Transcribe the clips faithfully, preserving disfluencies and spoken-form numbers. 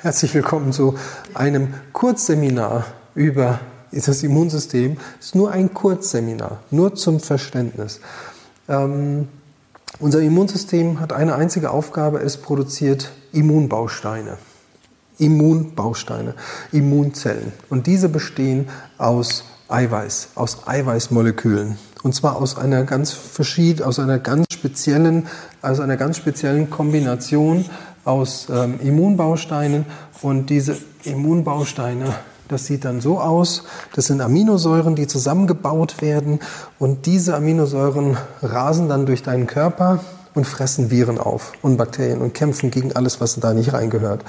Herzlich willkommen zu einem Kurzseminar über das Immunsystem. Es ist nur ein Kurzseminar, nur zum Verständnis. Ähm, unser Immunsystem hat eine einzige Aufgabe, es produziert Immunbausteine. Immunbausteine, Immunzellen. Und diese bestehen aus Eiweiß, aus Eiweißmolekülen. Und zwar aus einer ganz verschiedenen, aus einer ganz speziellen, aus einer ganz speziellen Kombination aus ähm, Immunbausteinen. Und diese Immunbausteine, das sieht dann so aus, das sind Aminosäuren, die zusammengebaut werden. Und diese Aminosäuren rasen dann durch deinen Körper und fressen Viren auf und Bakterien und kämpfen gegen alles, was da nicht reingehört.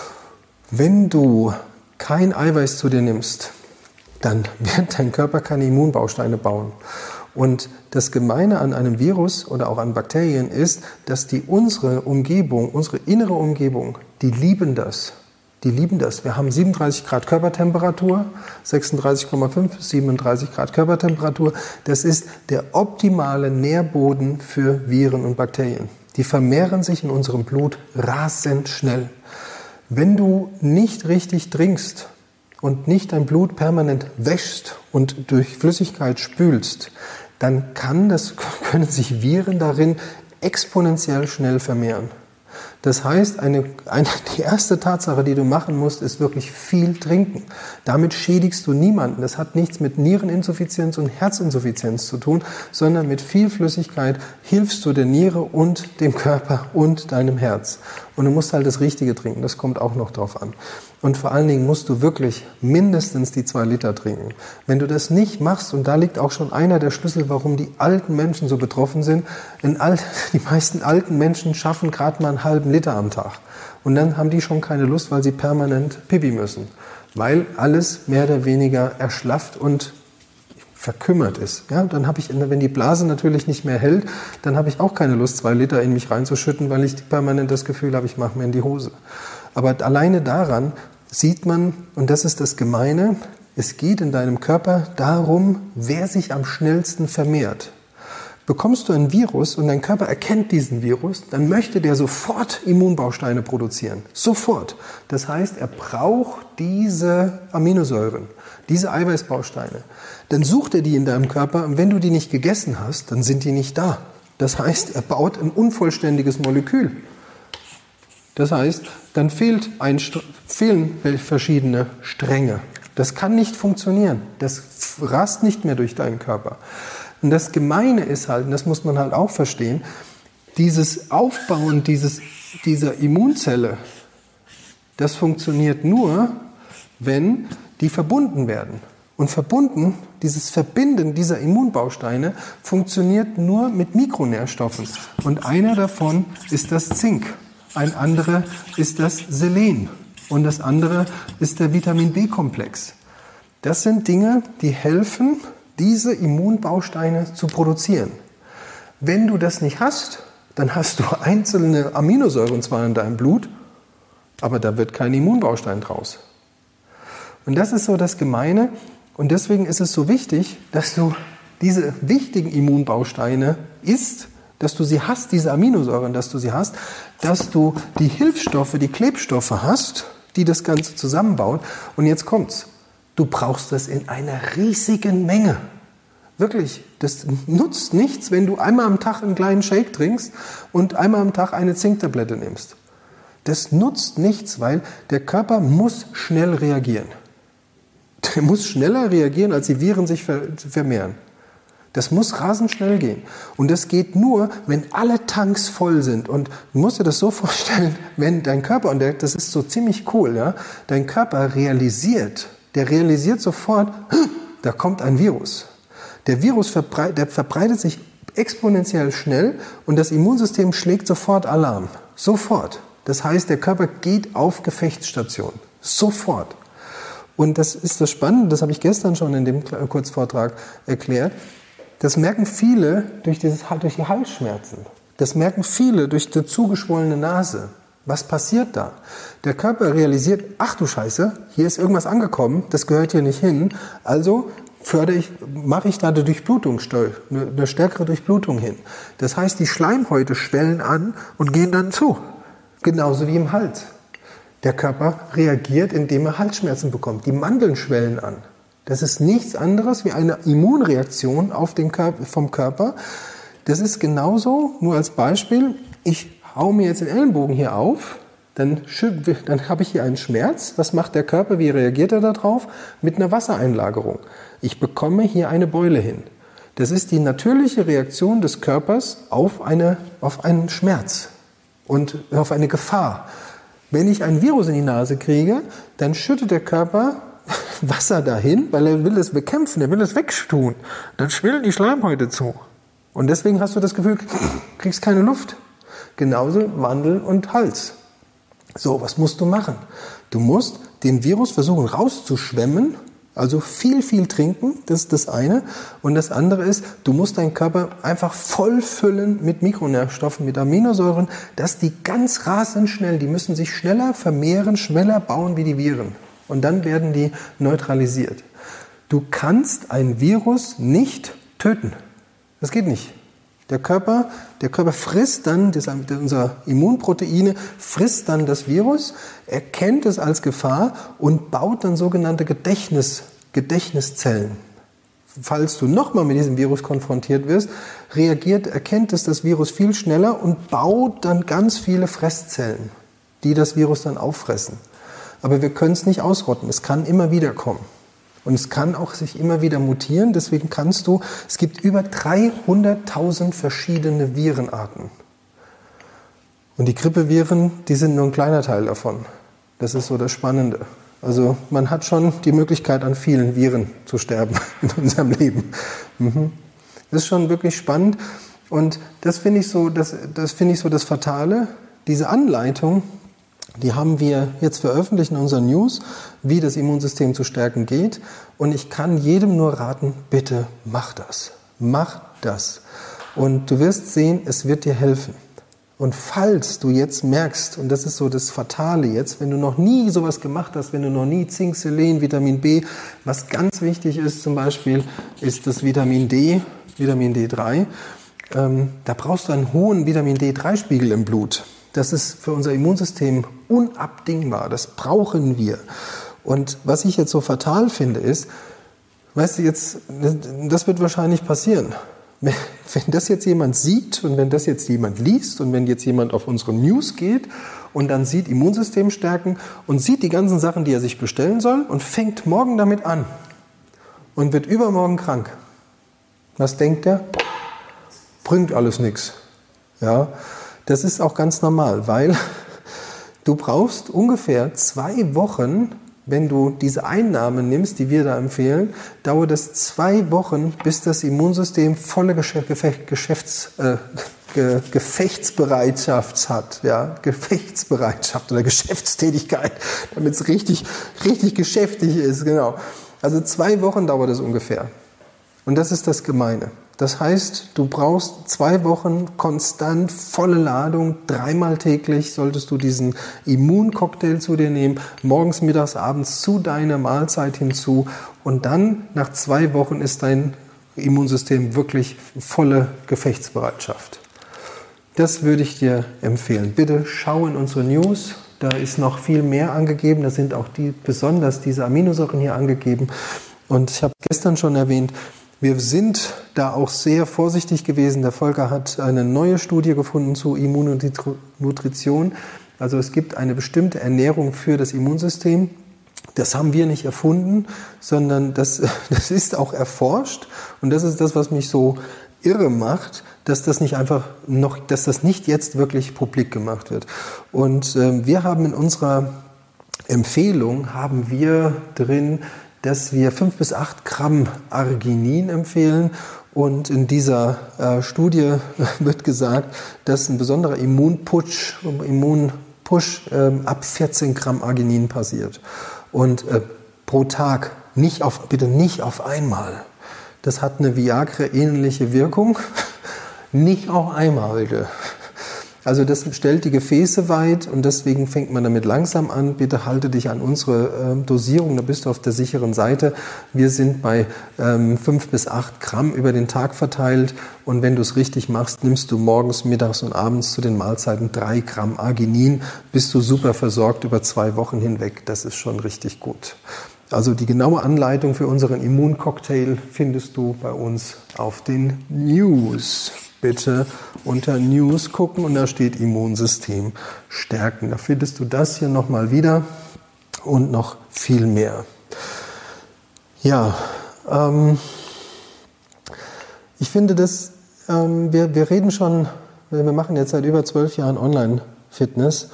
Wenn du kein Eiweiß zu dir nimmst, dann wird dein Körper keine Immunbausteine bauen. Und das Gemeine an einem Virus oder auch an Bakterien ist, dass die unsere Umgebung, unsere innere Umgebung, die lieben das. Die lieben das. Wir haben siebenunddreißig Grad Körpertemperatur, sechsunddreißig Komma fünf bis siebenunddreißig Grad Körpertemperatur. Das ist der optimale Nährboden für Viren und Bakterien. Die vermehren sich in unserem Blut rasend schnell. Wenn du nicht richtig trinkst und nicht dein Blut permanent wäschst und durch Flüssigkeit spülst, dann kann das, können sich Viren darin exponentiell schnell vermehren. Das heißt, eine, eine, die erste Tatsache, die du machen musst, ist wirklich viel trinken. Damit schädigst du niemanden. Das hat nichts mit Niereninsuffizienz und Herzinsuffizienz zu tun, sondern mit viel Flüssigkeit hilfst du der Niere und dem Körper und deinem Herz. Und du musst halt das Richtige trinken, das kommt auch noch drauf an. Und vor allen Dingen musst du wirklich mindestens die zwei Liter trinken. Wenn du das nicht machst, und da liegt auch schon einer der Schlüssel, warum die alten Menschen so betroffen sind, in all, die meisten alten Menschen schaffen gerade mal einen halben Liter am Tag. Und dann haben die schon keine Lust, weil sie permanent Pipi müssen. Weil alles mehr oder weniger erschlafft und verkümmert ist. Ja, dann habe ich, wenn die Blase natürlich nicht mehr hält, dann habe ich auch keine Lust, zwei Liter in mich reinzuschütten, weil ich permanent das Gefühl habe, ich mache mir in die Hose. Aber alleine daran sieht man, und das ist das Gemeine, es geht in deinem Körper darum, wer sich am schnellsten vermehrt. Bekommst du ein Virus und dein Körper erkennt diesen Virus, dann möchte der sofort Immunbausteine produzieren. Sofort. Das heißt, er braucht diese Aminosäuren, diese Eiweißbausteine. Dann sucht er die in deinem Körper und wenn du die nicht gegessen hast, dann sind die nicht da. Das heißt, er baut ein unvollständiges Molekül. Das heißt, dann fehlt ein, fehlen verschiedene Stränge. Das kann nicht funktionieren. Das rast nicht mehr durch deinen Körper. Und das Gemeine ist halt, und das muss man halt auch verstehen, dieses Aufbauen dieses, dieser Immunzelle, das funktioniert nur, wenn die verbunden werden. Und verbunden, dieses Verbinden dieser Immunbausteine funktioniert nur mit Mikronährstoffen. Und einer davon ist das Zink. Ein anderer ist das Selen und das andere ist der Vitamin-B-Komplex. Das sind Dinge, die helfen, diese Immunbausteine zu produzieren. Wenn du das nicht hast, dann hast du einzelne Aminosäuren zwar in deinem Blut, aber da wird kein Immunbaustein draus. Und das ist so das Gemeine und deswegen ist es so wichtig, dass du diese wichtigen Immunbausteine isst, dass du sie hast, diese Aminosäuren, dass du sie hast, dass du die Hilfsstoffe, die Klebstoffe hast, die das Ganze zusammenbauen. Und jetzt kommt's. Du brauchst das in einer riesigen Menge. Wirklich, das nutzt nichts, wenn du einmal am Tag einen kleinen Shake trinkst und einmal am Tag eine Zinktablette nimmst. Das nutzt nichts, weil der Körper muss schnell reagieren. Der muss schneller reagieren, als die Viren sich vermehren. Das muss rasend schnell gehen. Und das geht nur, wenn alle Tanks voll sind. Und du musst dir das so vorstellen, wenn dein Körper, und das ist so ziemlich cool, ja, dein Körper realisiert, der realisiert sofort, da kommt ein Virus. Der Virus verbreit, der verbreitet sich exponentiell schnell und das Immunsystem schlägt sofort Alarm. Sofort. Das heißt, der Körper geht auf Gefechtsstation. Sofort. Und das ist das Spannende, das habe ich gestern schon in dem Kurzvortrag erklärt. Das merken viele durch, dieses, durch die Halsschmerzen. Das merken viele durch die zugeschwollene Nase. Was passiert da? Der Körper realisiert, ach du Scheiße, hier ist irgendwas angekommen, das gehört hier nicht hin. Also fördere ich, mache ich da eine Durchblutung, eine stärkere Durchblutung hin. Das heißt, die Schleimhäute schwellen an und gehen dann zu. Genauso wie im Hals. Der Körper reagiert, indem er Halsschmerzen bekommt. Die Mandeln schwellen an. Das ist nichts anderes wie eine Immunreaktion auf den Körper, vom Körper. Das ist genauso, nur als Beispiel, ich hau mir jetzt den Ellenbogen hier auf, dann, dann habe ich hier einen Schmerz. Was macht der Körper? Wie reagiert er darauf? Mit einer Wassereinlagerung. Ich bekomme hier eine Beule hin. Das ist die natürliche Reaktion des Körpers auf, eine, auf einen Schmerz und auf eine Gefahr. Wenn ich ein Virus in die Nase kriege, dann schüttet der Körper Wasser dahin, weil er will es bekämpfen, er will es wegtun. Dann schwillen die Schleimhäute zu. Und deswegen hast du das Gefühl, du kriegst keine Luft. Genauso Mandel und Hals. So, was musst du machen? Du musst den Virus versuchen rauszuschwemmen, also viel, viel trinken, das ist das eine. Und das andere ist, du musst deinen Körper einfach voll füllen mit Mikronährstoffen, mit Aminosäuren, dass die ganz rasend schnell, die müssen sich schneller vermehren, schneller bauen wie die Viren. Und dann werden die neutralisiert. Du kannst ein Virus nicht töten. Das geht nicht. Der Körper, der Körper frisst dann, das, unser Immunproteine frisst dann das Virus, erkennt es als Gefahr und baut dann sogenannte Gedächtnis, Gedächtniszellen. Falls du nochmal mit diesem Virus konfrontiert wirst, reagiert, erkennt es das Virus viel schneller und baut dann ganz viele Fresszellen, die das Virus dann auffressen. Aber wir können es nicht ausrotten, es kann immer wieder kommen. Und es kann auch sich immer wieder mutieren, deswegen kannst du, es gibt über dreihunderttausend verschiedene Virenarten. Und die Grippeviren, die sind nur ein kleiner Teil davon. Das ist so das Spannende. Also man hat schon die Möglichkeit, an vielen Viren zu sterben in unserem Leben. Mhm. Das ist schon wirklich spannend. Und das finde ich so, das, das finde ich so das Fatale, diese Anleitung. Die haben wir jetzt veröffentlicht in unseren News, wie das Immunsystem zu stärken geht. Und ich kann jedem nur raten, bitte mach das. Mach das. Und du wirst sehen, es wird dir helfen. Und falls du jetzt merkst, und das ist so das Fatale jetzt, wenn du noch nie sowas gemacht hast, wenn du noch nie Zink, Selen, Vitamin B, was ganz wichtig ist zum Beispiel, ist das Vitamin D, Vitamin D drei. Ähm, da brauchst du einen hohen Vitamin D drei Spiegel im Blut. Das ist für unser Immunsystem unabdingbar. Das brauchen wir. Und was ich jetzt so fatal finde, ist, weißt du, jetzt, das wird wahrscheinlich passieren. Wenn das jetzt jemand sieht und wenn das jetzt jemand liest und wenn jetzt jemand auf unsere News geht und dann sieht Immunsystem stärken und sieht die ganzen Sachen, die er sich bestellen soll und fängt morgen damit an und wird übermorgen krank. Was denkt er? Bringt alles nichts. Ja. Das ist auch ganz normal, weil du brauchst ungefähr zwei Wochen, wenn du diese Einnahmen nimmst, die wir da empfehlen, dauert es zwei Wochen, bis das Immunsystem volle Geschäfts, äh, Ge- Gefechtsbereitschaft hat, ja, Gefechtsbereitschaft oder Geschäftstätigkeit, damit es richtig, richtig geschäftig ist, genau. Also zwei Wochen dauert es ungefähr. Und das ist das Gemeine. Das heißt, du brauchst zwei Wochen konstant volle Ladung, dreimal täglich solltest du diesen Immuncocktail zu dir nehmen, morgens, mittags, abends zu deiner Mahlzeit hinzu und dann nach zwei Wochen ist dein Immunsystem wirklich volle Gefechtsbereitschaft. Das würde ich dir empfehlen. Bitte schau in unsere News, da ist noch viel mehr angegeben, da sind auch die, besonders diese Aminosäuren hier angegeben und ich habe gestern schon erwähnt, wir sind da auch sehr vorsichtig gewesen. Der Volker hat eine neue Studie gefunden zu Immunnutrition. Also es gibt eine bestimmte Ernährung für das Immunsystem. Das haben wir nicht erfunden, sondern das, das ist auch erforscht. Und das ist das, was mich so irre macht, dass das nicht einfach noch, dass das nicht jetzt wirklich publik gemacht wird. Und äh, wir haben in unserer Empfehlung haben wir drin, dass wir fünf bis acht Gramm Arginin empfehlen. Und in dieser äh, Studie wird gesagt, dass ein besonderer Immunpush, Immunpush äh, ab vierzehn Gramm Arginin passiert. Und äh, pro Tag, nicht auf, bitte nicht auf einmal. Das hat eine Viagra-ähnliche Wirkung. Nicht auf einmal, bitte. Also das stellt die Gefäße weit und deswegen fängt man damit langsam an. Bitte halte dich an unsere äh, Dosierung, da bist du auf der sicheren Seite. Wir sind bei ähm, fünf bis acht Gramm über den Tag verteilt und wenn du es richtig machst, nimmst du morgens, mittags und abends zu den Mahlzeiten drei Gramm Arginin, bist du super versorgt über zwei Wochen hinweg. Das ist schon richtig gut. Also die genaue Anleitung für unseren Immuncocktail findest du bei uns auf den News. Bitte unter News gucken und da steht Immunsystem stärken. Da findest du das hier nochmal wieder und noch viel mehr. Ja, ähm, ich finde das, ähm, wir, wir reden schon, wir machen jetzt seit über zwölf Jahren Online-Fitness.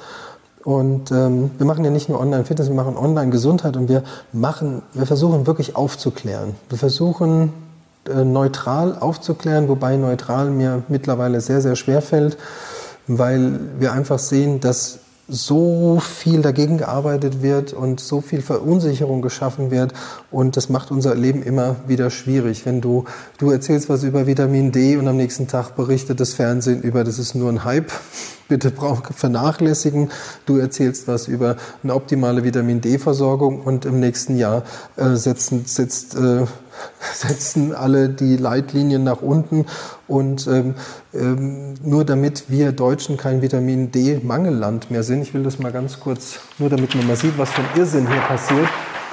Und ähm, wir machen ja nicht nur Online-Fitness, wir machen Online-Gesundheit und wir machen, wir versuchen wirklich aufzuklären. Wir versuchen äh, neutral aufzuklären, wobei neutral mir mittlerweile sehr, sehr schwer fällt, weil wir einfach sehen, dass so viel dagegen gearbeitet wird und so viel Verunsicherung geschaffen wird und das macht unser Leben immer wieder schwierig. Wenn du, du erzählst was über Vitamin D und am nächsten Tag berichtet das Fernsehen über, das ist nur ein Hype, bitte brauch, vernachlässigen. Du erzählst was über eine optimale Vitamin D-Versorgung und im nächsten Jahr äh, setzen, setzt, äh, setzen alle die Leitlinien nach unten und ähm, ähm, nur damit wir Deutschen kein Vitamin D-Mangelland mehr sind. Ich will das mal ganz kurz, nur damit man mal sieht, was für ein Irrsinn hier passiert.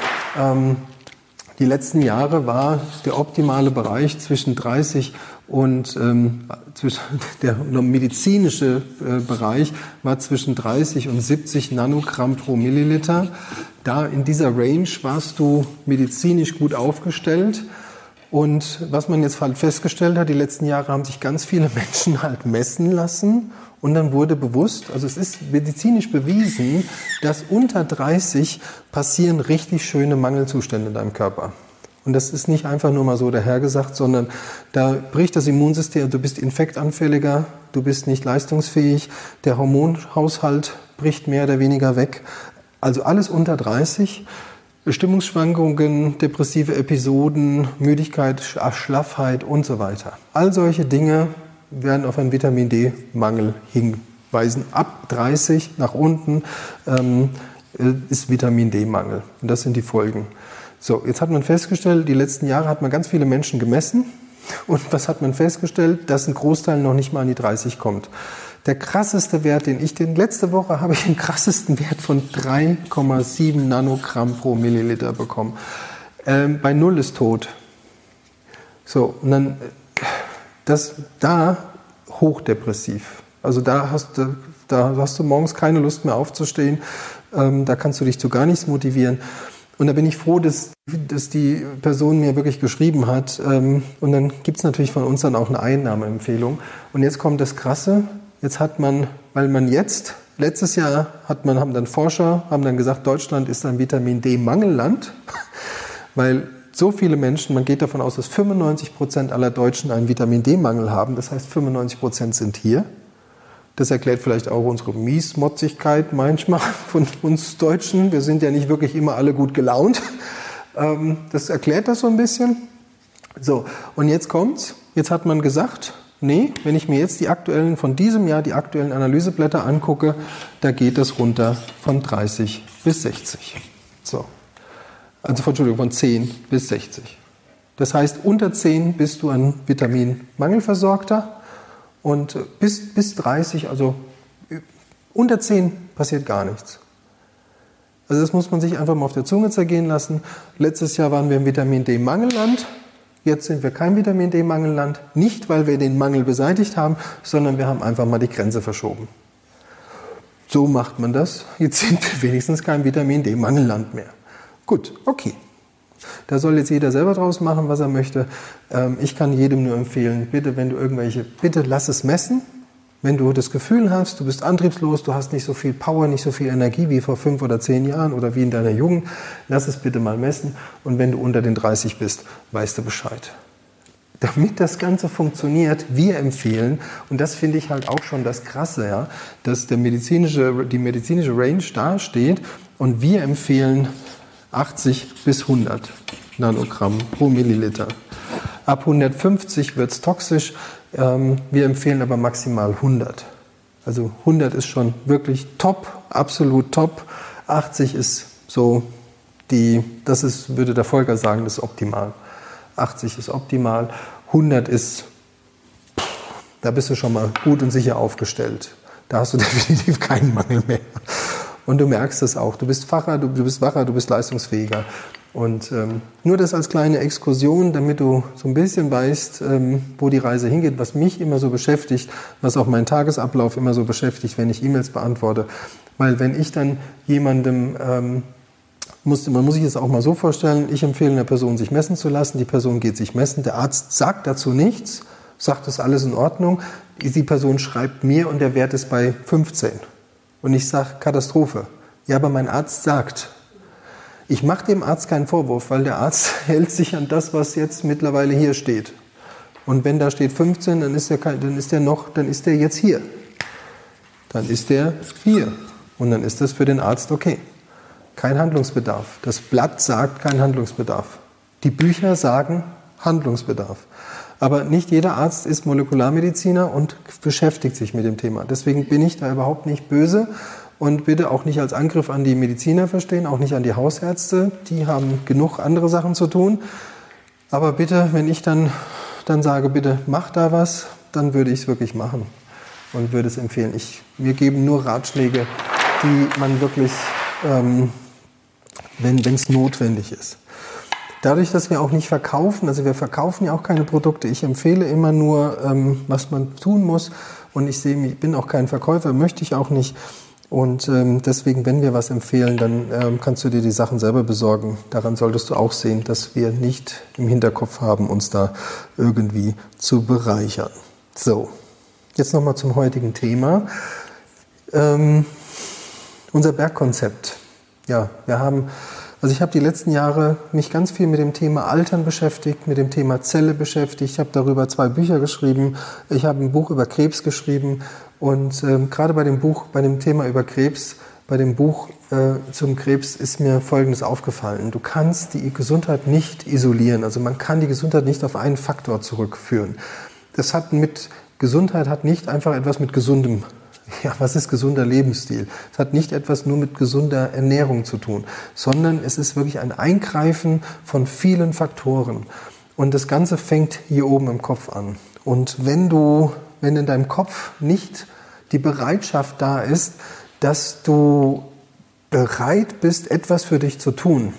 Ähm, die letzten Jahre war der optimale Bereich zwischen dreißig und ähm, zwischen, der medizinische äh, Bereich war zwischen dreißig und siebzig Nanogramm pro Milliliter. Da in dieser Range warst du medizinisch gut aufgestellt. Und was man jetzt halt festgestellt hat, die letzten Jahre haben sich ganz viele Menschen halt messen lassen und dann wurde bewusst, also es ist medizinisch bewiesen, dass unter dreißig passieren richtig schöne Mangelzustände in deinem Körper. Und das ist nicht einfach nur mal so dahergesagt, sondern da bricht das Immunsystem, du bist infektanfälliger, du bist nicht leistungsfähig, der Hormonhaushalt bricht mehr oder weniger weg. Also alles unter dreißig. Stimmungsschwankungen, depressive Episoden, Müdigkeit, Schlaffheit und so weiter. All solche Dinge werden auf einen Vitamin D-Mangel hinweisen. Ab dreißig nach unten ähm, ist Vitamin D-Mangel. Und das sind die Folgen. So, jetzt hat man festgestellt, die letzten Jahre hat man ganz viele Menschen gemessen. Und was hat man festgestellt? Dass ein Großteil noch nicht mal an die dreißig kommt. Der krasseste Wert, den ich, den letzte Woche habe ich den krassesten Wert von drei Komma sieben Nanogramm pro Milliliter bekommen. Ähm, bei Null ist tot. So, und dann, das, da hochdepressiv. Also da hast du, da hast du morgens keine Lust mehr aufzustehen. Ähm, da kannst du dich zu gar nichts motivieren. Und da bin ich froh, dass, dass die Person mir wirklich geschrieben hat. Ähm, und dann gibt es natürlich von uns dann auch eine Einnahmeempfehlung. Und jetzt kommt das Krasse. Jetzt hat man, weil man jetzt, letztes Jahr hat man, haben dann Forscher, haben dann gesagt, Deutschland ist ein Vitamin D-Mangelland, weil so viele Menschen, man geht davon aus, dass fünfundneunzig Prozent aller Deutschen einen Vitamin D-Mangel haben, das heißt fünfundneunzig Prozent sind hier. Das erklärt vielleicht auch unsere Miesmotzigkeit manchmal von uns Deutschen. Wir sind ja nicht wirklich immer alle gut gelaunt. Das erklärt das so ein bisschen. So, und jetzt kommt's. Jetzt hat man gesagt, nee, wenn ich mir jetzt die aktuellen, von diesem Jahr die aktuellen Analyseblätter angucke, da geht es runter von dreißig bis sechzig. So. Also, Entschuldigung, von zehn bis sechzig. Das heißt, unter zehn bist du ein Vitaminmangelversorgter und bis, bis dreißig, also unter zehn passiert gar nichts. Also das muss man sich einfach mal auf der Zunge zergehen lassen. Letztes Jahr waren wir im Vitamin D-Mangelland. Jetzt sind wir kein Vitamin D-Mangelland, nicht weil wir den Mangel beseitigt haben, sondern wir haben einfach mal die Grenze verschoben. So macht man das. Jetzt sind wir wenigstens kein Vitamin D-Mangelland mehr. Gut, okay. Da soll jetzt jeder selber draus machen, was er möchte. Ich kann jedem nur empfehlen, bitte, wenn du irgendwelche, bitte lass es messen. Wenn du das Gefühl hast, du bist antriebslos, du hast nicht so viel Power, nicht so viel Energie wie vor fünf oder zehn Jahren oder wie in deiner Jugend, lass es bitte mal messen. Und wenn du unter den dreißig bist, weißt du Bescheid. Damit das Ganze funktioniert, wir empfehlen, und das finde ich halt auch schon das Krasse, ja, dass der medizinische, die medizinische Range da steht und wir empfehlen achtzig bis hundert Nanogramm pro Milliliter. Ab hundertfünfzig wird es toxisch. Wir empfehlen aber maximal hundert. Also hundert ist schon wirklich top, absolut top. achtzig ist so die, das ist, würde der Volker sagen, das ist optimal. achtzig ist optimal, hundert ist, da bist du schon mal gut und sicher aufgestellt. Da hast du definitiv keinen Mangel mehr. Und du merkst es auch. Du bist wacher, du, du bist wacher, du bist leistungsfähiger. Und ähm, nur das als kleine Exkursion, damit du so ein bisschen weißt, ähm, wo die Reise hingeht, was mich immer so beschäftigt, was auch meinen Tagesablauf immer so beschäftigt, wenn ich E-Mails beantworte. Weil wenn ich dann jemandem, ähm, muss, man muss sich das auch mal so vorstellen, ich empfehle einer Person, sich messen zu lassen, die Person geht sich messen, der Arzt sagt dazu nichts, sagt, das ist alles in Ordnung, die Person schreibt mir und der Wert ist bei fünfzehn. Und ich sage, Katastrophe. Ja, aber mein Arzt sagt. Ich mache dem Arzt keinen Vorwurf, weil der Arzt hält sich an das, was jetzt mittlerweile hier steht. Und wenn da steht fünfzehn, dann ist der, dann ist der noch, dann ist der jetzt hier. Dann ist der hier. Und dann ist das für den Arzt okay. Kein Handlungsbedarf. Das Blatt sagt kein Handlungsbedarf. Die Bücher sagen Handlungsbedarf. Aber nicht jeder Arzt ist Molekularmediziner und beschäftigt sich mit dem Thema. Deswegen bin ich da überhaupt nicht böse und bitte auch nicht als Angriff an die Mediziner verstehen, auch nicht an die Hausärzte. Die haben genug andere Sachen zu tun. Aber bitte, wenn ich dann, dann sage, bitte mach da was, dann würde ich es wirklich machen und würde es empfehlen. Ich, wir geben nur Ratschläge, die man wirklich, ähm, wenn es notwendig ist. Dadurch, dass wir auch nicht verkaufen, also wir verkaufen ja auch keine Produkte, ich empfehle immer nur, ähm, was man tun muss und ich sehe, ich bin auch kein Verkäufer, möchte ich auch nicht und ähm, deswegen, wenn wir was empfehlen, dann ähm, kannst du dir die Sachen selber besorgen. Daran solltest du auch sehen, dass wir nicht im Hinterkopf haben, uns da irgendwie zu bereichern. So, jetzt nochmal zum heutigen Thema. Ähm, unser Bergkonzept. Ja, wir haben... Also ich habe die letzten Jahre mich ganz viel mit dem Thema Altern beschäftigt, mit dem Thema Zelle beschäftigt. Ich habe darüber zwei Bücher geschrieben. Ich habe ein Buch über Krebs geschrieben. Und ähm, gerade bei dem Buch, bei dem Thema über Krebs, bei dem Buch äh, zum Krebs ist mir Folgendes aufgefallen. Du kannst die Gesundheit nicht isolieren. Also man kann die Gesundheit nicht auf einen Faktor zurückführen. Das hat mit Gesundheit hat nicht einfach etwas mit gesundem. Ja, was ist gesunder Lebensstil? Es hat nicht etwas nur mit gesunder Ernährung zu tun, sondern es ist wirklich ein Eingreifen von vielen Faktoren. Und das Ganze fängt hier oben im Kopf an. Und wenn du, wenn in deinem Kopf nicht die Bereitschaft da ist, dass du bereit bist, etwas für dich zu tun,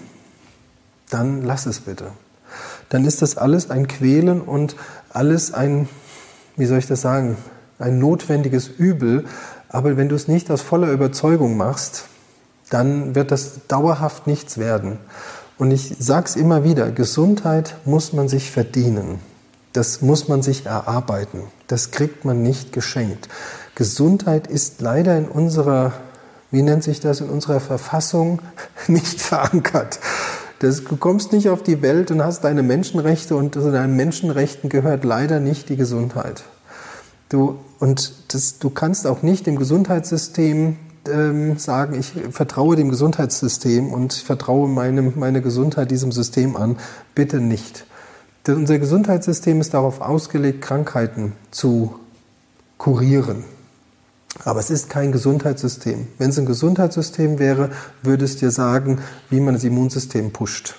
dann lass es bitte. Dann ist das alles ein Quälen und alles ein, wie soll ich das sagen, ein notwendiges Übel, aber wenn du es nicht aus voller Überzeugung machst, dann wird das dauerhaft nichts werden. Und ich sage es immer wieder, Gesundheit muss man sich verdienen. Das muss man sich erarbeiten. Das kriegt man nicht geschenkt. Gesundheit ist leider in unserer, wie nennt sich das, in unserer Verfassung nicht verankert. Das, du kommst nicht auf die Welt und hast deine Menschenrechte und zu deinen Menschenrechten gehört leider nicht die Gesundheit. Du, und das, du kannst auch nicht dem Gesundheitssystem ähm, sagen, ich vertraue dem Gesundheitssystem und ich vertraue meinem, meine Gesundheit diesem System an. Bitte nicht. Denn unser Gesundheitssystem ist darauf ausgelegt, Krankheiten zu kurieren. Aber es ist kein Gesundheitssystem. Wenn es ein Gesundheitssystem wäre, würde es dir sagen, wie man das Immunsystem pusht.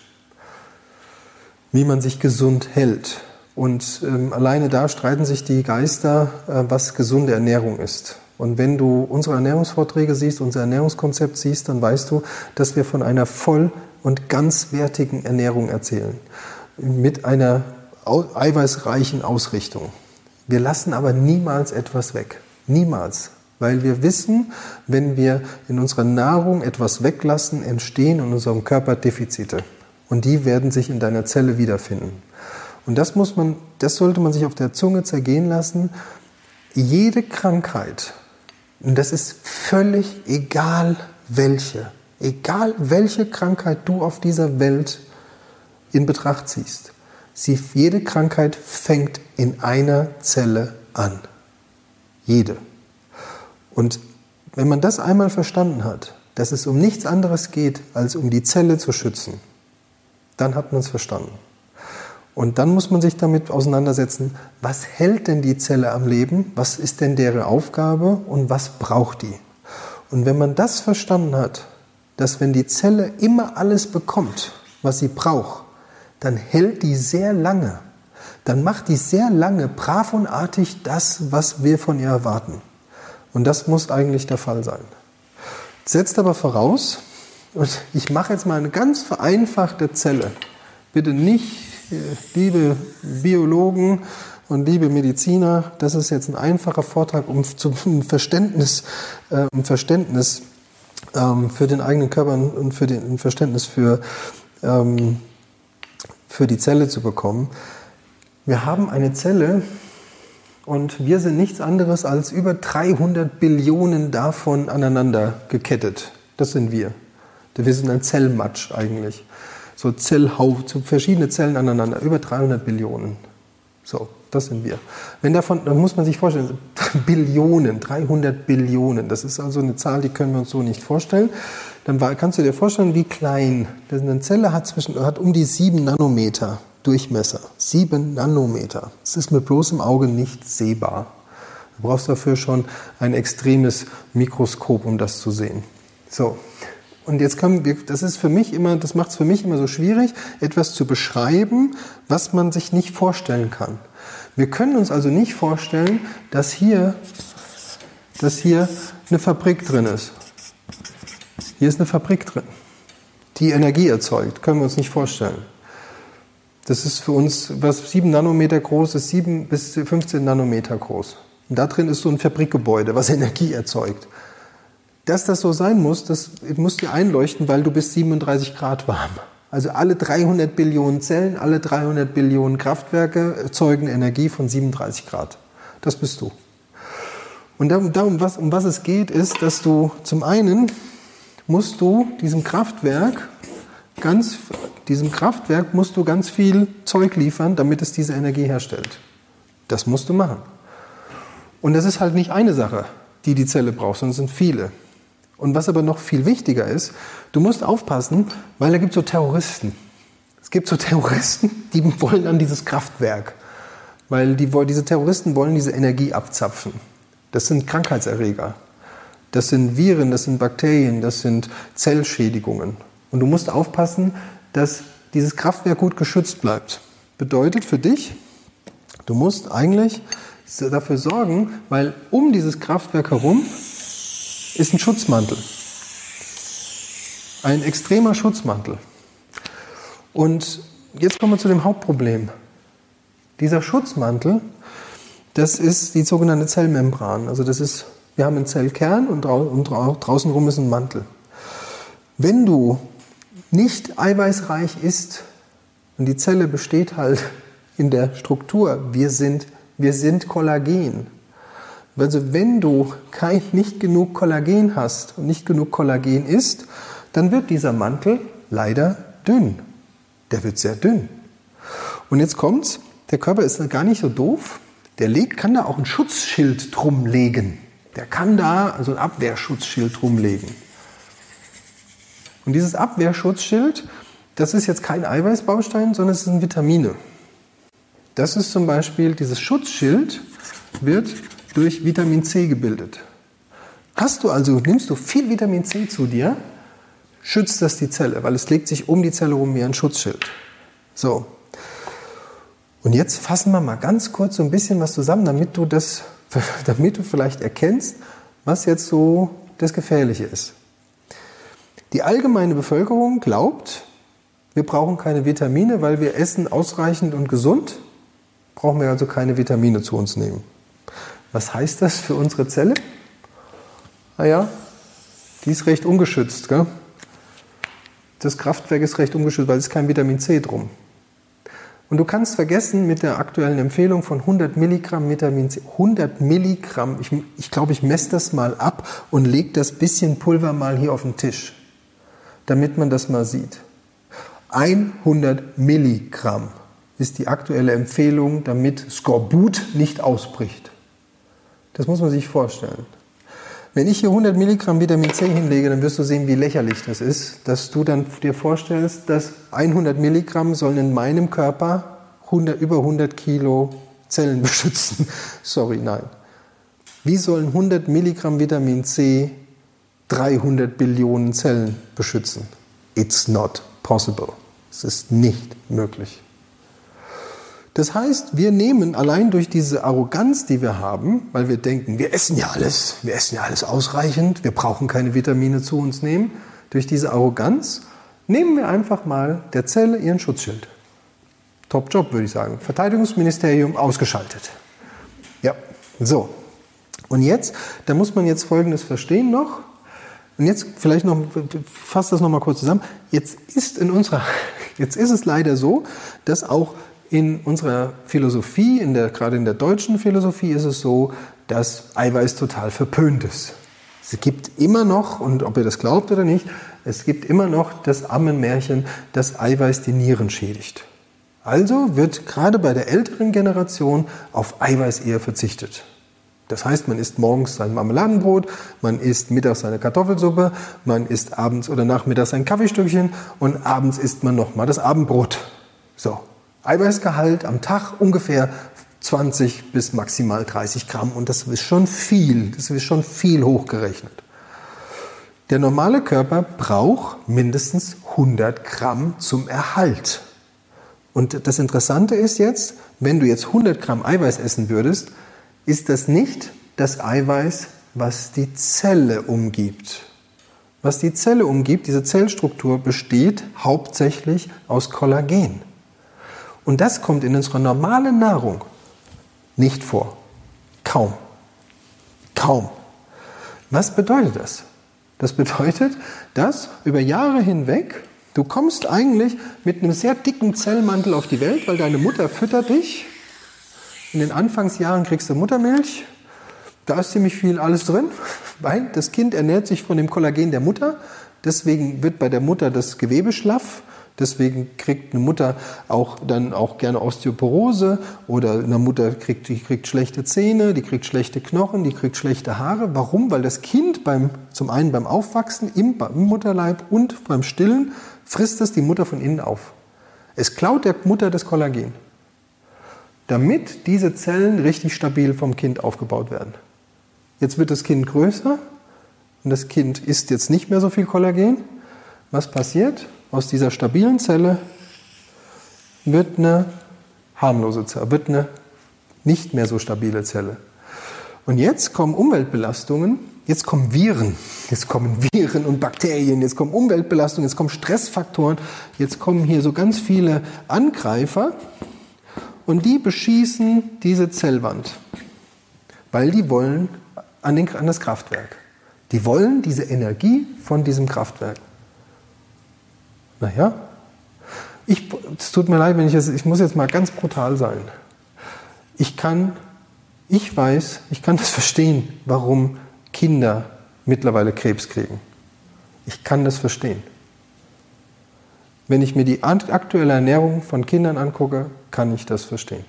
Wie man sich gesund hält. Und ähm, alleine da streiten sich die Geister, äh, was gesunde Ernährung ist. Und wenn du unsere Ernährungsvorträge siehst, unser Ernährungskonzept siehst, dann weißt du, dass wir von einer voll- und ganzwertigen Ernährung erzählen. Mit einer eiweißreichen Ausrichtung. Wir lassen aber niemals etwas weg. Niemals. Weil wir wissen, wenn wir in unserer Nahrung etwas weglassen, entstehen in unserem Körper Defizite. Und die werden sich in deiner Zelle wiederfinden. Und das muss man, das sollte man sich auf der Zunge zergehen lassen. Jede Krankheit, und das ist völlig egal welche, egal welche Krankheit du auf dieser Welt in Betracht ziehst, sie, jede Krankheit fängt in einer Zelle an. Jede. Und wenn man das einmal verstanden hat, dass es um nichts anderes geht, als um die Zelle zu schützen, dann hat man es verstanden. Und dann muss man sich damit auseinandersetzen, was hält denn die Zelle am Leben, was ist denn deren Aufgabe und was braucht die? Und wenn man das verstanden hat, dass wenn die Zelle immer alles bekommt, was sie braucht, dann hält die sehr lange. Dann macht die sehr lange brav und artig das, was wir von ihr erwarten. Und das muss eigentlich der Fall sein. Setzt aber voraus, und ich mache jetzt mal eine ganz vereinfachte Zelle. Bitte nicht, liebe Biologen und liebe Mediziner, das ist jetzt ein einfacher Vortrag, um zum Verständnis, äh, um Verständnis ähm, für den eigenen Körper und für den, ein Verständnis für, ähm, für die Zelle zu bekommen. Wir haben eine Zelle und wir sind nichts anderes als über dreihundert Billionen davon aneinander gekettet. Das sind wir. Wir sind ein Zellmatsch eigentlich. So Zellhaufen, so verschiedene Zellen aneinander, über dreihundert Billionen. So, das sind wir. Wenn davon, da muss man sich vorstellen, Billionen, dreihundert Billionen, das ist also eine Zahl, die können wir uns so nicht vorstellen. Dann war, kannst du dir vorstellen, wie klein. Eine Zelle hat, zwischen, hat um die sieben Nanometer Durchmesser. sieben Nanometer. Das ist mit bloßem Auge nicht sehbar. Du brauchst dafür schon ein extremes Mikroskop, um das zu sehen. So. Und jetzt können wir, das ist für mich immer, das macht es für mich immer so schwierig, etwas zu beschreiben, was man sich nicht vorstellen kann. Wir können uns also nicht vorstellen, dass hier, dass hier eine Fabrik drin ist. Hier ist eine Fabrik drin, die Energie erzeugt. Können wir uns nicht vorstellen. Das ist für uns, was sieben Nanometer groß ist, sieben bis fünfzehn Nanometer groß. Und da drin ist so ein Fabrikgebäude, was Energie erzeugt. Dass das so sein muss, das muss dir einleuchten, weil du bist siebenunddreißig Grad warm. Also alle dreihundert Billionen Zellen, alle dreihundert Billionen Kraftwerke erzeugen Energie von siebenunddreißig Grad. Das bist du. Und darum, darum was, um was es geht, ist, dass du zum einen musst du diesem Kraftwerk ganz, diesem Kraftwerk musst du ganz viel Zeug liefern, damit es diese Energie herstellt. Das musst du machen. Und das ist halt nicht eine Sache, die die Zelle braucht, sondern es sind viele. Und was aber noch viel wichtiger ist, du musst aufpassen, weil da gibt es so Terroristen. Es gibt so Terroristen, die wollen an dieses Kraftwerk. Weil die, diese Terroristen wollen diese Energie abzapfen. Das sind Krankheitserreger. Das sind Viren, das sind Bakterien, das sind Zellschädigungen. Und du musst aufpassen, dass dieses Kraftwerk gut geschützt bleibt. Bedeutet für dich, du musst eigentlich dafür sorgen, weil um dieses Kraftwerk herum ist ein Schutzmantel. Ein extremer Schutzmantel. Und jetzt kommen wir zu dem Hauptproblem. Dieser Schutzmantel, das ist die sogenannte Zellmembran. Also das ist, wir haben einen Zellkern und, drau- und drau- draußen rum ist ein Mantel. Wenn du nicht eiweißreich isst, und die Zelle besteht halt in der Struktur, wir sind, wir sind Kollagen. Also wenn du kein, nicht genug Kollagen hast und nicht genug Kollagen isst, dann wird dieser Mantel leider dünn. Der wird sehr dünn. Und jetzt kommt's, der Körper ist gar nicht so doof, der legt, kann da auch ein Schutzschild drum legen. Der kann da also ein Abwehrschutzschild drum legen. Und dieses Abwehrschutzschild, das ist jetzt kein Eiweißbaustein, sondern es sind Vitamine. Das ist zum Beispiel, dieses Schutzschild wird durch Vitamin C gebildet. Hast du also, nimmst du viel Vitamin C zu dir, schützt das die Zelle, weil es legt sich um die Zelle rum wie ein Schutzschild. So. Und jetzt fassen wir mal ganz kurz so ein bisschen was zusammen, damit du das, damit du vielleicht erkennst, was jetzt so das Gefährliche ist. Die allgemeine Bevölkerung glaubt, wir brauchen keine Vitamine, weil wir essen ausreichend und gesund, brauchen wir also keine Vitamine zu uns nehmen. Was heißt das für unsere Zelle? Naja, die ist recht ungeschützt. Gell? Das Kraftwerk ist recht ungeschützt, weil es ist kein Vitamin C drum. Und du kannst vergessen mit der aktuellen Empfehlung von hundert Milligramm Vitamin C, hundert Milligramm, ich, ich glaube, ich messe das mal ab und lege das bisschen Pulver mal hier auf den Tisch, damit man das mal sieht. hundert Milligramm ist die aktuelle Empfehlung, damit Skorbut nicht ausbricht. Das muss man sich vorstellen. Wenn ich hier hundert Milligramm Vitamin C hinlege, dann wirst du sehen, wie lächerlich das ist, dass du dann dir vorstellst, dass hundert Milligramm sollen in meinem Körper hundert, über hundert Kilo Zellen beschützen? Sorry, nein. Wie sollen hundert Milligramm Vitamin C dreihundert Billionen Zellen beschützen? It's not possible. Es ist nicht möglich. Das heißt, wir nehmen allein durch diese Arroganz, die wir haben, weil wir denken, wir essen ja alles, wir essen ja alles ausreichend, wir brauchen keine Vitamine zu uns nehmen, durch diese Arroganz nehmen wir einfach mal der Zelle ihren Schutzschild. Top Job, würde ich sagen. Verteidigungsministerium ausgeschaltet. Ja, so. Und jetzt, da muss man jetzt Folgendes verstehen noch. Und jetzt vielleicht noch, fass das noch mal kurz zusammen. Jetzt ist in unserer, jetzt ist es leider so, dass auch in unserer Philosophie, in der, gerade in der deutschen Philosophie ist es so, dass Eiweiß total verpönt ist. Es gibt immer noch, und ob ihr das glaubt oder nicht, es gibt immer noch das Ammenmärchen, dass Eiweiß die Nieren schädigt. Also wird gerade bei der älteren Generation auf Eiweiß eher verzichtet. Das heißt, man isst morgens sein Marmeladenbrot, man isst mittags seine Kartoffelsuppe, man isst abends oder nachmittags sein Kaffeestückchen und abends isst man nochmal das Abendbrot. So. Eiweißgehalt am Tag ungefähr zwanzig bis maximal dreißig Gramm und das ist schon viel, das ist schon viel hochgerechnet. Der normale Körper braucht mindestens hundert Gramm zum Erhalt. Und das Interessante ist jetzt, wenn du jetzt hundert Gramm Eiweiß essen würdest, ist das nicht das Eiweiß, was die Zelle umgibt. Was die Zelle umgibt, diese Zellstruktur besteht hauptsächlich aus Kollagen. Und das kommt in unserer normalen Nahrung nicht vor. Kaum. Kaum. Was bedeutet das? Das bedeutet, dass über Jahre hinweg, du kommst eigentlich mit einem sehr dicken Zellmantel auf die Welt, weil deine Mutter füttert dich. In den Anfangsjahren kriegst du Muttermilch. Da ist ziemlich viel alles drin, weil das Kind ernährt sich von dem Kollagen der Mutter. Deswegen wird bei der Mutter das Gewebe schlaff. Deswegen kriegt eine Mutter auch dann auch gerne Osteoporose oder eine Mutter kriegt, die kriegt schlechte Zähne, die kriegt schlechte Knochen, die kriegt schlechte Haare. Warum? Weil das Kind beim, zum einen beim Aufwachsen im, im Mutterleib und beim Stillen frisst es die Mutter von innen auf. Es klaut der Mutter das Kollagen, damit diese Zellen richtig stabil vom Kind aufgebaut werden. Jetzt wird das Kind größer und das Kind isst jetzt nicht mehr so viel Kollagen. Was passiert? Aus dieser stabilen Zelle wird eine harmlose Zelle, wird eine nicht mehr so stabile Zelle. Und jetzt kommen Umweltbelastungen, jetzt kommen Viren, jetzt kommen Viren und Bakterien, jetzt kommen Umweltbelastungen, jetzt kommen Stressfaktoren, jetzt kommen hier so ganz viele Angreifer und die beschießen diese Zellwand, weil die wollen an, den, an das Kraftwerk. Die wollen diese Energie von diesem Kraftwerk. Naja, ich, es tut mir leid, wenn ich jetzt, ich muss jetzt mal ganz brutal sein. Ich kann, ich weiß, ich kann das verstehen, warum Kinder mittlerweile Krebs kriegen. Ich kann das verstehen. Wenn ich mir die aktuelle Ernährung von Kindern angucke, kann ich das verstehen.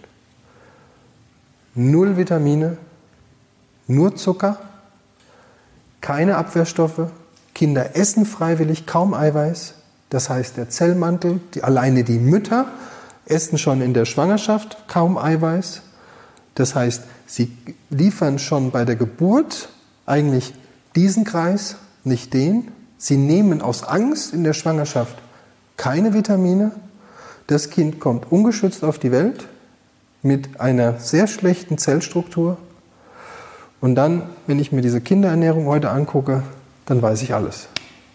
Null Vitamine, nur Zucker, keine Abwehrstoffe, Kinder essen freiwillig kaum Eiweiß. Das heißt, der Zellmantel, die, alleine die Mütter essen schon in der Schwangerschaft kaum Eiweiß. Das heißt, sie liefern schon bei der Geburt eigentlich diesen Kreis, nicht den. Sie nehmen aus Angst in der Schwangerschaft keine Vitamine. Das Kind kommt ungeschützt auf die Welt mit einer sehr schlechten Zellstruktur. Und dann, wenn ich mir diese Kinderernährung heute angucke, dann weiß ich alles.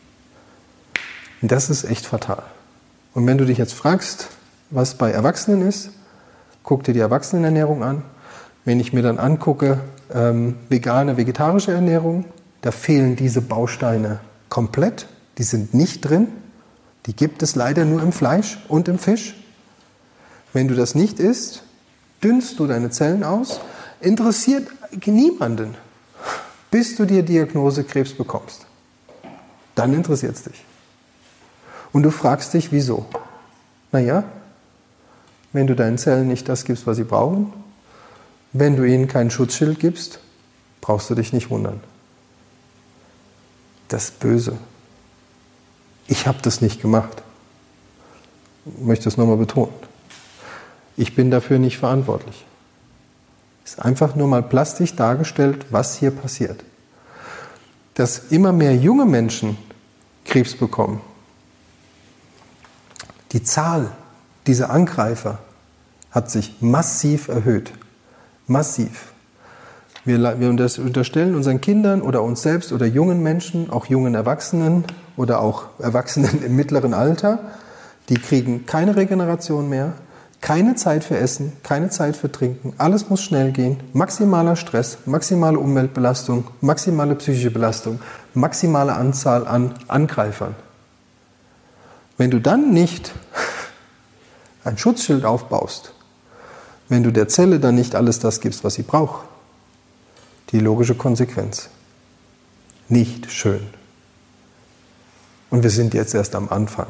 Das ist echt fatal. Und wenn du dich jetzt fragst, was bei Erwachsenen ist, guck dir die Erwachsenenernährung an. Wenn ich mir dann angucke, ähm, vegane, vegetarische Ernährung, da fehlen diese Bausteine komplett. Die sind nicht drin. Die gibt es leider nur im Fleisch und im Fisch. Wenn du das nicht isst, dünnst du deine Zellen aus. Interessiert niemanden, bis du die Diagnose Krebs bekommst. Dann interessiert es dich. Und du fragst dich, wieso? Naja, wenn du deinen Zellen nicht das gibst, was sie brauchen, wenn du ihnen kein Schutzschild gibst, brauchst du dich nicht wundern. Das ist böse. Ich habe das nicht gemacht. Ich möchte es nochmal betonen. Ich bin dafür nicht verantwortlich. Ist einfach nur mal plastisch dargestellt, was hier passiert. Dass immer mehr junge Menschen Krebs bekommen. Die Zahl dieser Angreifer hat sich massiv erhöht. Massiv. Wir, wir unterstellen unseren Kindern oder uns selbst oder jungen Menschen, auch jungen Erwachsenen oder auch Erwachsenen im mittleren Alter, die kriegen keine Regeneration mehr, keine Zeit für Essen, keine Zeit für Trinken, alles muss schnell gehen, maximaler Stress, maximale Umweltbelastung, maximale psychische Belastung, maximale Anzahl an Angreifern. Wenn du dann nicht ein Schutzschild aufbaust, wenn du der Zelle dann nicht alles das gibst, was sie braucht, die logische Konsequenz. Nicht schön. Und wir sind jetzt erst am Anfang.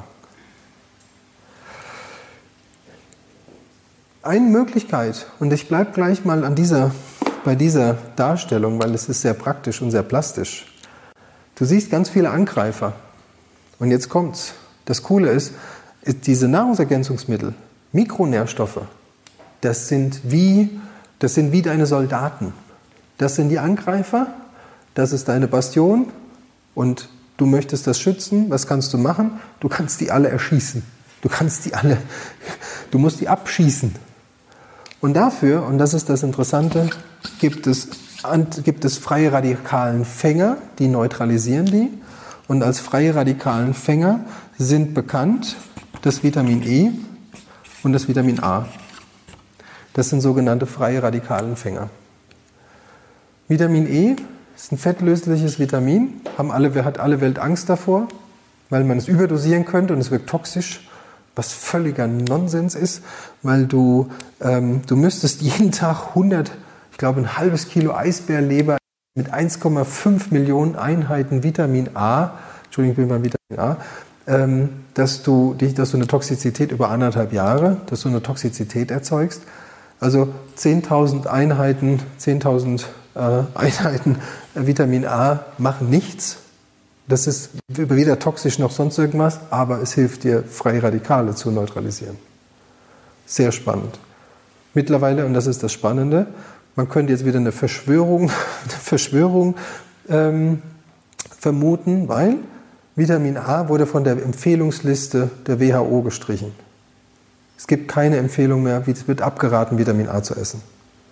Eine Möglichkeit, und ich bleibe gleich mal an dieser, bei dieser Darstellung, weil es ist sehr praktisch und sehr plastisch. Du siehst ganz viele Angreifer. Und jetzt kommt's. Das Coole ist, ist diese Nahrungsergänzungsmittel, Mikronährstoffe, das sind wie, das sind wie deine Soldaten. Das sind die Angreifer, das ist deine Bastion und du möchtest das schützen. Was kannst du machen? Du kannst die alle erschießen. Du kannst die alle, du musst die abschießen. Und dafür, und das ist das Interessante, gibt es, gibt es freie radikalen Fänger, die neutralisieren die. Und als freie radikalen Fänger sind bekannt das Vitamin E und das Vitamin A. Das sind sogenannte freie radikalen Fänger. Vitamin E ist ein fettlösliches Vitamin, haben alle, hat alle Welt Angst davor, weil man es überdosieren könnte und es wirkt toxisch, was völliger Nonsens ist, weil du, ähm, du müsstest jeden Tag hundert, ich glaube ein halbes Kilo Eisbärleber mit eins Komma fünf Millionen Einheiten Vitamin A, Entschuldigung, ich bin beim Vitamin A, ähm, dass, du, dass du eine Toxizität über anderthalb Jahre, dass du eine Toxizität erzeugst. Also zehntausend Einheiten, zehntausend äh, Einheiten Vitamin A machen nichts. Das ist weder toxisch noch sonst irgendwas, aber es hilft dir, freie Radikale zu neutralisieren. Sehr spannend. Mittlerweile, und das ist das Spannende, man könnte jetzt wieder eine Verschwörung, eine Verschwörung ähm, vermuten, weil Vitamin A wurde von der Empfehlungsliste der W H O gestrichen. Es gibt keine Empfehlung mehr, es wird abgeraten, Vitamin A zu essen.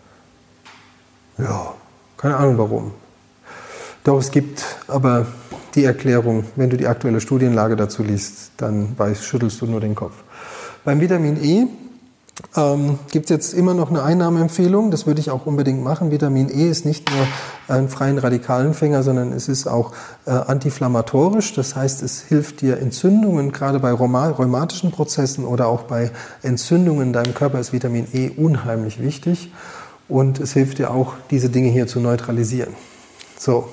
Ja, keine Ahnung warum. Doch es gibt aber die Erklärung, wenn du die aktuelle Studienlage dazu liest, dann weißt, schüttelst du nur den Kopf. Beim Vitamin E ähm, gibt es jetzt immer noch eine Einnahmeempfehlung, das würde ich auch unbedingt machen. Vitamin E ist nicht nur ein freien Radikalenfänger, sondern es ist auch äh, antiinflammatorisch, das heißt, es hilft dir Entzündungen, gerade bei rheumatischen Prozessen oder auch bei Entzündungen in deinem Körper ist Vitamin E unheimlich wichtig und es hilft dir auch, diese Dinge hier zu neutralisieren. So.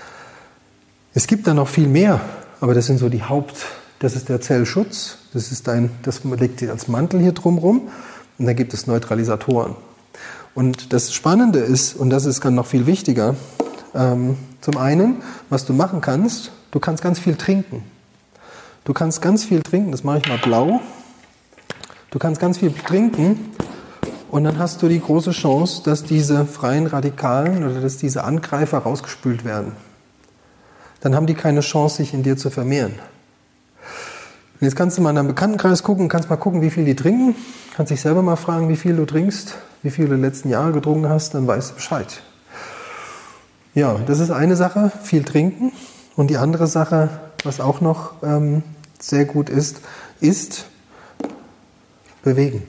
Es gibt da noch viel mehr, aber das sind so die Haupt, das ist der Zellschutz, das ist dein, das liegt als Mantel hier drumherum und dann gibt es Neutralisatoren. Und das Spannende ist, und das ist dann noch viel wichtiger, ähm, zum einen, was du machen kannst, du kannst ganz viel trinken. Du kannst ganz viel trinken, das mache ich mal blau. Du kannst ganz viel trinken und dann hast du die große Chance, dass diese freien Radikalen oder dass diese Angreifer rausgespült werden. Dann haben die keine Chance, sich in dir zu vermehren. Und jetzt kannst du mal in deinem Bekanntenkreis gucken, kannst mal gucken, wie viel die trinken. Kannst dich selber mal fragen, wie viel du trinkst, wie viel du in den letzten Jahren getrunken hast, dann weißt du Bescheid. Ja, das ist eine Sache, viel trinken. Und die andere Sache, was auch noch ähm, sehr gut ist, ist bewegen.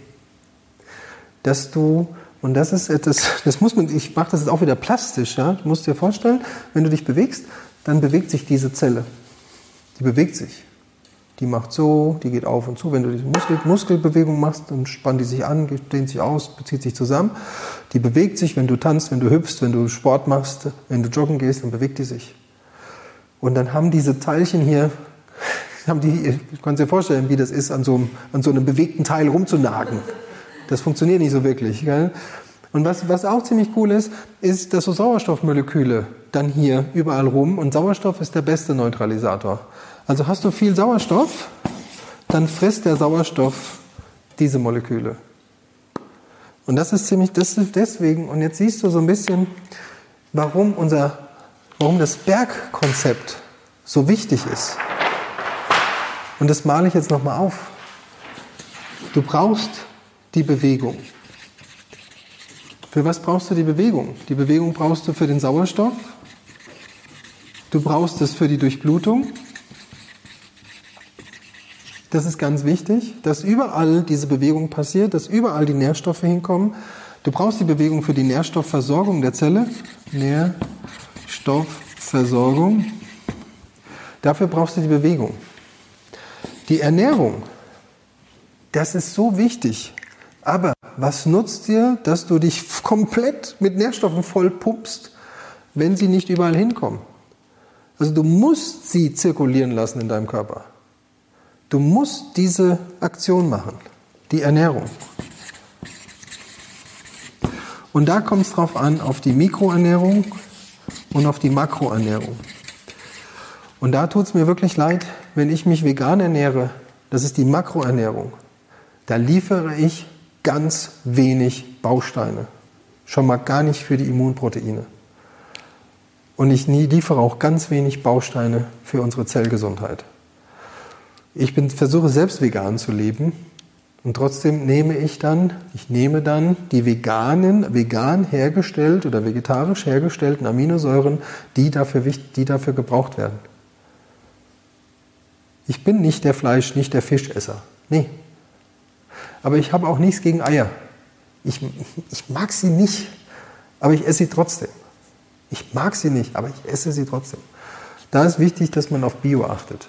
Dass du, und das ist etwas, das muss man, ich mache das jetzt auch wieder plastisch, ja? Du musst dir vorstellen, wenn du dich bewegst, dann bewegt sich diese Zelle. Die bewegt sich. Die macht so, die geht auf und zu. Wenn du diese Muskel, Muskelbewegung machst, dann spannt die sich an, dehnt sich aus, bezieht sich zusammen. Die bewegt sich, wenn du tanzt, wenn du hüpfst, wenn du Sport machst, wenn du joggen gehst, dann bewegt die sich. Und dann haben diese Teilchen hier, haben die, ich kann dir vorstellen, wie das ist, an so, einem, an so einem bewegten Teil rumzunagen. Das funktioniert nicht so wirklich. Gell? Und was, was auch ziemlich cool ist, ist, dass so Sauerstoffmoleküle dann hier überall rum, und Sauerstoff ist der beste Neutralisator. Also hast du viel Sauerstoff, dann frisst der Sauerstoff diese Moleküle. Und das ist ziemlich, das ist deswegen, und jetzt siehst du so ein bisschen, warum unser, warum das Bergkonzept so wichtig ist. Und das male ich jetzt nochmal auf. Du brauchst die Bewegung. Für was brauchst du die Bewegung? Die Bewegung brauchst du für den Sauerstoff. Du brauchst es für die Durchblutung. Das ist ganz wichtig, dass überall diese Bewegung passiert, dass überall die Nährstoffe hinkommen. Du brauchst die Bewegung für die Nährstoffversorgung der Zelle. Nährstoffversorgung. Dafür brauchst du die Bewegung. Die Ernährung, das ist so wichtig. Aber was nutzt dir, dass du dich komplett mit Nährstoffen voll pumpst, wenn sie nicht überall hinkommen? Also du musst sie zirkulieren lassen in deinem Körper. Du musst diese Aktion machen, die Ernährung. Und da kommt es drauf an, auf die Mikroernährung und auf die Makroernährung. Und da tut es mir wirklich leid, wenn ich mich vegan ernähre, das ist die Makroernährung, da liefere ich ganz wenig Bausteine. Schon mal gar nicht für die Immunproteine. Und ich liefere auch ganz wenig Bausteine für unsere Zellgesundheit. Ich bin, versuche selbst vegan zu leben und trotzdem nehme ich dann, ich nehme dann die veganen, vegan hergestellt oder vegetarisch hergestellten Aminosäuren, die dafür, die dafür gebraucht werden. Ich bin nicht der Fleisch, nicht der Fischesser. Nee. Aber ich habe auch nichts gegen Eier. Ich, ich mag sie nicht, aber ich esse sie trotzdem. Ich mag sie nicht, aber ich esse sie trotzdem. Da ist wichtig, dass man auf Bio achtet.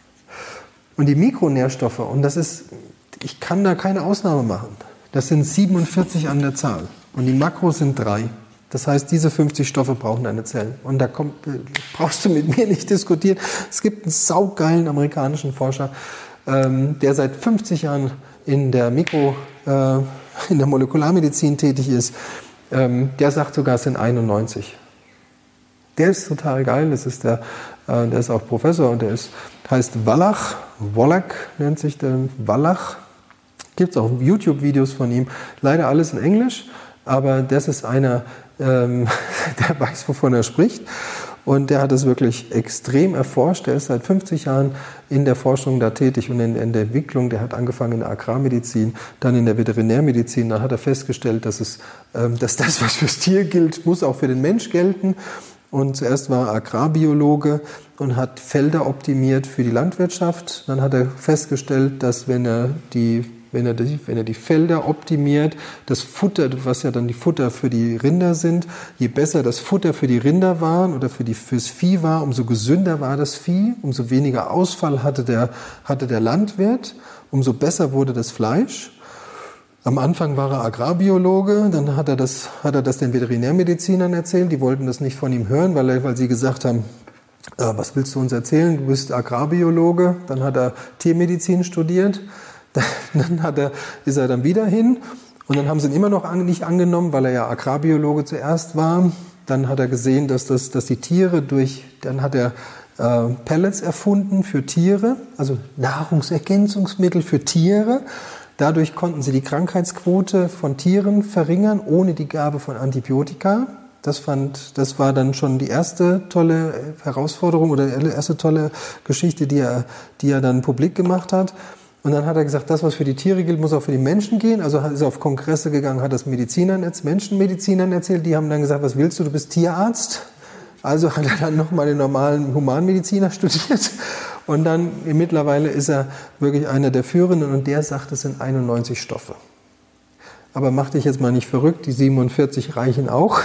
Und die Mikronährstoffe, und das ist, ich kann da keine Ausnahme machen, das sind siebenundvierzig an der Zahl. Und die Makros sind drei. Das heißt, diese fünfzig Stoffe brauchen deine Zellen. Und da kommt, brauchst du mit mir nicht diskutieren. Es gibt einen saugeilen amerikanischen Forscher, ähm, der seit fünfzig Jahren in der Mikro, äh, in der Molekularmedizin tätig ist. Ähm, der sagt sogar, es sind einundneunzig. Der ist total geil. Das ist der, äh, der ist auch Professor und der ist, heißt Wallach. Wallach nennt sich der Wallach. Gibt es auch YouTube-Videos von ihm. Leider alles in Englisch, aber das ist einer, ähm, der weiß, wovon er spricht. Und der hat es wirklich extrem erforscht. Der ist seit fünfzig Jahren in der Forschung da tätig und in, in der Entwicklung. Der hat angefangen in der Agrarmedizin, dann in der Veterinärmedizin. Dann hat er festgestellt, dass, es, ähm, dass das, was fürs Tier gilt, muss auch für den Mensch gelten. Und zuerst war er Agrarbiologe und hat Felder optimiert für die Landwirtschaft. Dann hat er festgestellt, dass wenn er die, wenn er die, wenn er die Felder optimiert, das Futter, was ja dann die Futter für die Rinder sind, je besser das Futter für die Rinder war oder für die, fürs Vieh war, umso gesünder war das Vieh, umso weniger Ausfall hatte der, hatte der Landwirt, umso besser wurde das Fleisch. Am Anfang war er Agrarbiologe, dann hat er das, hat er das den Veterinärmedizinern erzählt. Die wollten das nicht von ihm hören, weil, er, weil sie gesagt haben, äh, was willst du uns erzählen? Du bist Agrarbiologe. Dann hat er Tiermedizin studiert. Dann hat er, ist er dann wieder hin und dann haben sie ihn immer noch an, nicht angenommen, weil er ja Agrarbiologe zuerst war. Dann hat er gesehen, dass, das, dass die Tiere durch, dann hat er äh, Pellets erfunden für Tiere, also Nahrungsergänzungsmittel für Tiere. Dadurch konnten sie die Krankheitsquote von Tieren verringern, ohne die Gabe von Antibiotika. Das, fand, das war dann schon die erste tolle Herausforderung oder die erste tolle Geschichte, die er, die er dann publik gemacht hat. Und dann hat er gesagt, das, was für die Tiere gilt, muss auch für die Menschen gehen. Also ist er auf Kongresse gegangen, hat das Medizinern, Menschenmedizinern erzählt. Die haben dann gesagt, was willst du, du bist Tierarzt. Also hat er dann nochmal den normalen Humanmediziner studiert. Und dann mittlerweile ist er wirklich einer der Führenden und der sagt, es sind einundneunzig Stoffe. Aber mach dich jetzt mal nicht verrückt, die siebenundvierzig reichen auch.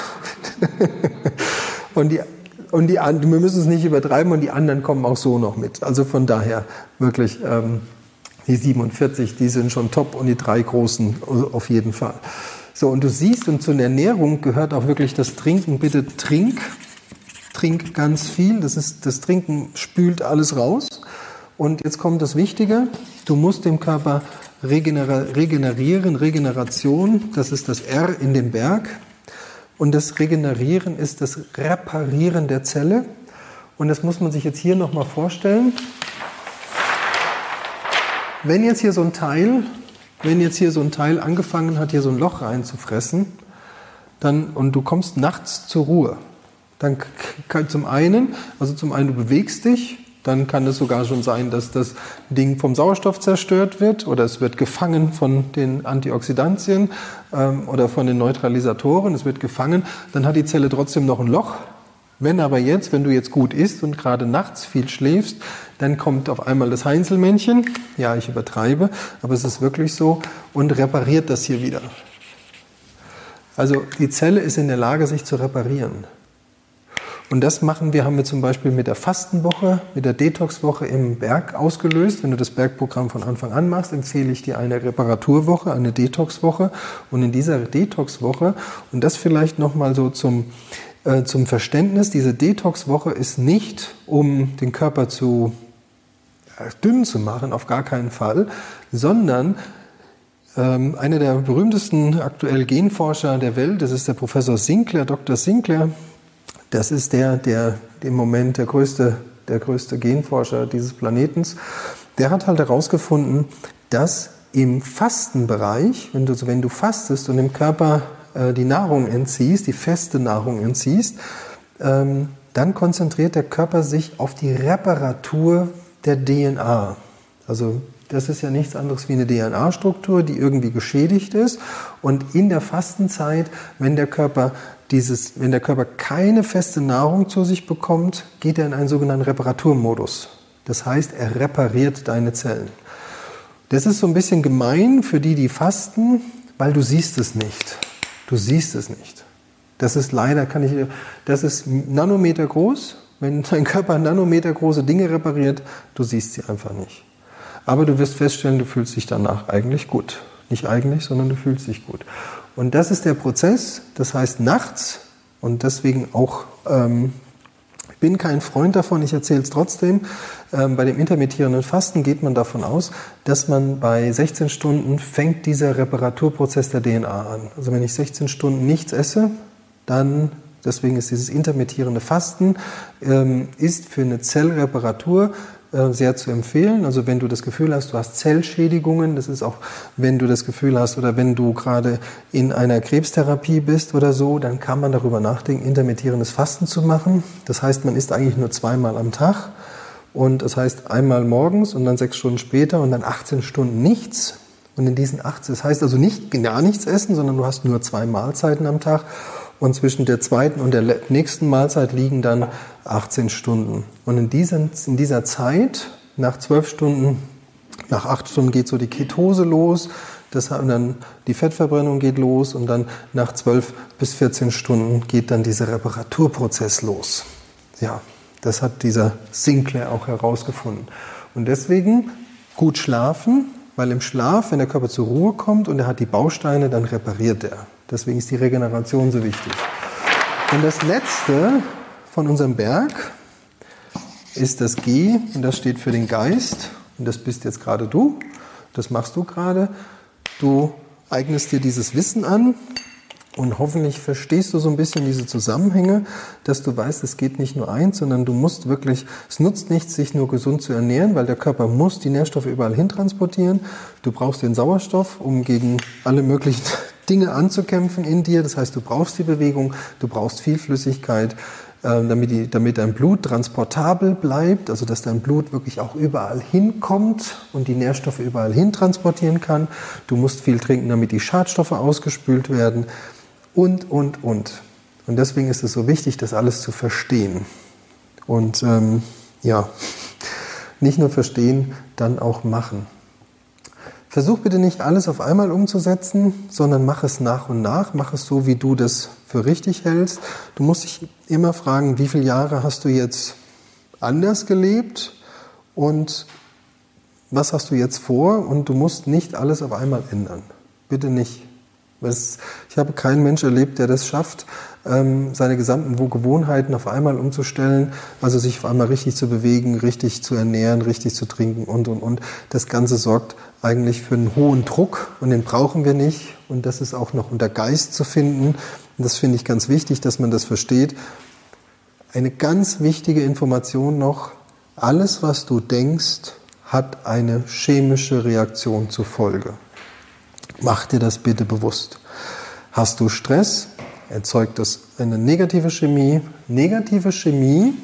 und die, und die, wir müssen es nicht übertreiben und die anderen kommen auch so noch mit. Also von daher wirklich, ähm, die siebenundvierzig, die sind schon top und die drei großen auf jeden Fall. So, und du siehst, und zur Ernährung gehört auch wirklich das Trinken. Bitte trink. Trink ganz viel, das, ist, das Trinken spült alles raus. Und jetzt kommt das Wichtige, du musst dem Körper regener- regenerieren, Regeneration, das ist das R in dem Berg. Und das Regenerieren ist das Reparieren der Zelle. Und das muss man sich jetzt hier nochmal vorstellen. Wenn jetzt hier so ein Teil wenn jetzt hier so ein Teil angefangen hat, hier so ein Loch reinzufressen, dann, und du kommst nachts zur Ruhe, dann kann zum einen, also zum einen du bewegst dich, dann kann es sogar schon sein, dass das Ding vom Sauerstoff zerstört wird oder es wird gefangen von den Antioxidantien ähm, oder von den Neutralisatoren, es wird gefangen, dann hat die Zelle trotzdem noch ein Loch. Wenn aber jetzt, wenn du jetzt gut isst und gerade nachts viel schläfst, dann kommt auf einmal das Heinzelmännchen, ja, ich übertreibe, aber es ist wirklich so, und repariert das hier wieder. Also die Zelle ist in der Lage, sich zu reparieren. Und das machen wir, haben wir zum Beispiel mit der Fastenwoche, mit der Detoxwoche im Berg ausgelöst. Wenn du das Bergprogramm von Anfang an machst, empfehle ich dir eine Reparaturwoche, eine Detoxwoche. Und in dieser Detoxwoche, und das vielleicht nochmal so zum, äh, zum Verständnis, diese Detoxwoche ist nicht, um den Körper zu äh, dünn zu machen, auf gar keinen Fall, sondern ähm, einer der berühmtesten aktuell Genforscher der Welt, das ist der Professor Sinclair, Doktor Sinclair. Das ist der, der im Moment der größte, der größte Genforscher dieses Planetens. Der hat halt herausgefunden, dass im Fastenbereich, wenn du, wenn du fastest und dem Körper äh, die Nahrung entziehst, die feste Nahrung entziehst, ähm, dann konzentriert der Körper sich auf die Reparatur der D N A. Also das ist ja nichts anderes wie eine D N A-Struktur, die irgendwie geschädigt ist. Und in der Fastenzeit, wenn der Körper dieses, wenn der Körper keine feste Nahrung zu sich bekommt, geht er in einen sogenannten Reparaturmodus. Das heißt, er repariert deine Zellen. Das ist so ein bisschen gemein für die, die fasten, weil du siehst es nicht. Du siehst es nicht. Das ist leider, kann ich, das ist Nanometer groß. Wenn dein Körper Nanometer große Dinge repariert, du siehst sie einfach nicht. Aber du wirst feststellen, du fühlst dich danach eigentlich gut. Nicht eigentlich, sondern du fühlst dich gut. Und das ist der Prozess, das heißt nachts, und deswegen auch, ähm, ich bin kein Freund davon, ich erzähle es trotzdem, ähm, bei dem intermittierenden Fasten geht man davon aus, dass man bei sechzehn Stunden fängt dieser Reparaturprozess der D N A an. Also wenn ich sechzehn Stunden nichts esse, dann, deswegen ist dieses intermittierende Fasten, ähm, ist für eine Zellreparatur sehr zu empfehlen. Also wenn du das Gefühl hast, du hast Zellschädigungen, das ist auch, wenn du das Gefühl hast oder wenn du gerade in einer Krebstherapie bist oder so, dann kann man darüber nachdenken, intermittierendes Fasten zu machen. Das heißt, man isst eigentlich nur zweimal am Tag und das heißt einmal morgens und dann sechs Stunden später und dann achtzehn Stunden nichts. Und in diesen achtzehn, das heißt also nicht gar nichts essen, sondern du hast nur zwei Mahlzeiten am Tag. Und zwischen der zweiten und der nächsten Mahlzeit liegen dann achtzehn Stunden. Und in, diesen, in dieser Zeit, nach zwölf Stunden, nach acht Stunden geht so die Ketose los, das, und dann die Fettverbrennung geht los und dann nach zwölf bis vierzehn Stunden geht dann dieser Reparaturprozess los. Ja, das hat dieser Sinclair auch herausgefunden. Und deswegen gut schlafen, weil im Schlaf, wenn der Körper zur Ruhe kommt und er hat die Bausteine, dann repariert er. Deswegen ist die Regeneration so wichtig. Und das letzte von unserem Berg ist das G, und das steht für den Geist. Und das bist jetzt gerade du. Das machst du gerade. Du eignest dir dieses Wissen an und hoffentlich verstehst du so ein bisschen diese Zusammenhänge, dass du weißt, es geht nicht nur eins, sondern du musst wirklich, es nutzt nichts, sich nur gesund zu ernähren, weil der Körper muss die Nährstoffe überall hin transportieren. Du brauchst den Sauerstoff, um gegen alle möglichen Dinge anzukämpfen in dir. Das heißt, du brauchst die Bewegung, du brauchst viel Flüssigkeit, damit, die, damit dein Blut transportabel bleibt, also dass dein Blut wirklich auch überall hinkommt und die Nährstoffe überall hin transportieren kann. Du musst viel trinken, damit die Schadstoffe ausgespült werden und, und, und. Und deswegen ist es so wichtig, das alles zu verstehen. Und ähm, ja, nicht nur verstehen, dann auch machen. Versuch bitte nicht alles auf einmal umzusetzen, sondern mach es nach und nach. Mach es so, wie du das für richtig hältst. Du musst dich immer fragen, wie viele Jahre hast du jetzt anders gelebt und was hast du jetzt vor? Und du musst nicht alles auf einmal ändern. Bitte nicht. Ich habe keinen Mensch erlebt, der das schafft, seine gesamten Gewohnheiten auf einmal umzustellen, also sich auf einmal richtig zu bewegen, richtig zu ernähren, richtig zu trinken und, und, und. Das Ganze sorgt eigentlich für einen hohen Druck und den brauchen wir nicht. Und das ist auch noch unter Geist zu finden. Und das finde ich ganz wichtig, dass man das versteht. Eine ganz wichtige Information noch, alles, was du denkst, hat eine chemische Reaktion zur Folge. Mach dir das bitte bewusst. Hast du Stress, erzeugt das eine negative Chemie. Negative Chemie,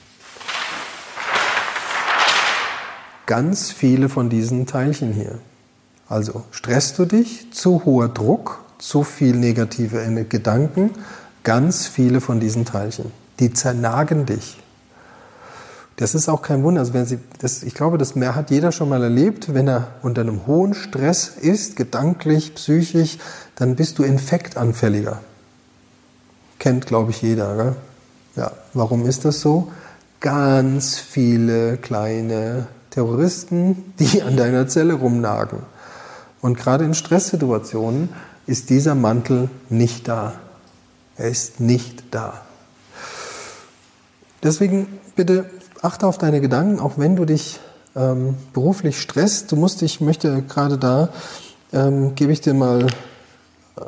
ganz viele von diesen Teilchen hier. Also stresst du dich, zu hoher Druck, zu viel negative Gedanken, ganz viele von diesen Teilchen. Die zernagen dich. Das ist auch kein Wunder. Also wenn Sie, das, ich glaube, das mehr hat jeder schon mal erlebt. Wenn er unter einem hohen Stress ist, gedanklich, psychisch, dann bist du infektanfälliger. Kennt, glaube ich, jeder. Gell? Ja, warum ist das so? Ganz viele kleine Terroristen, die an deiner Zelle rumnagen. Und gerade in Stresssituationen ist dieser Mantel nicht da. Er ist nicht da. Deswegen bitte achte auf deine Gedanken, auch wenn du dich ähm, beruflich stresst. Du musst dich, ich möchte gerade da, ähm, gebe ich dir mal, äh,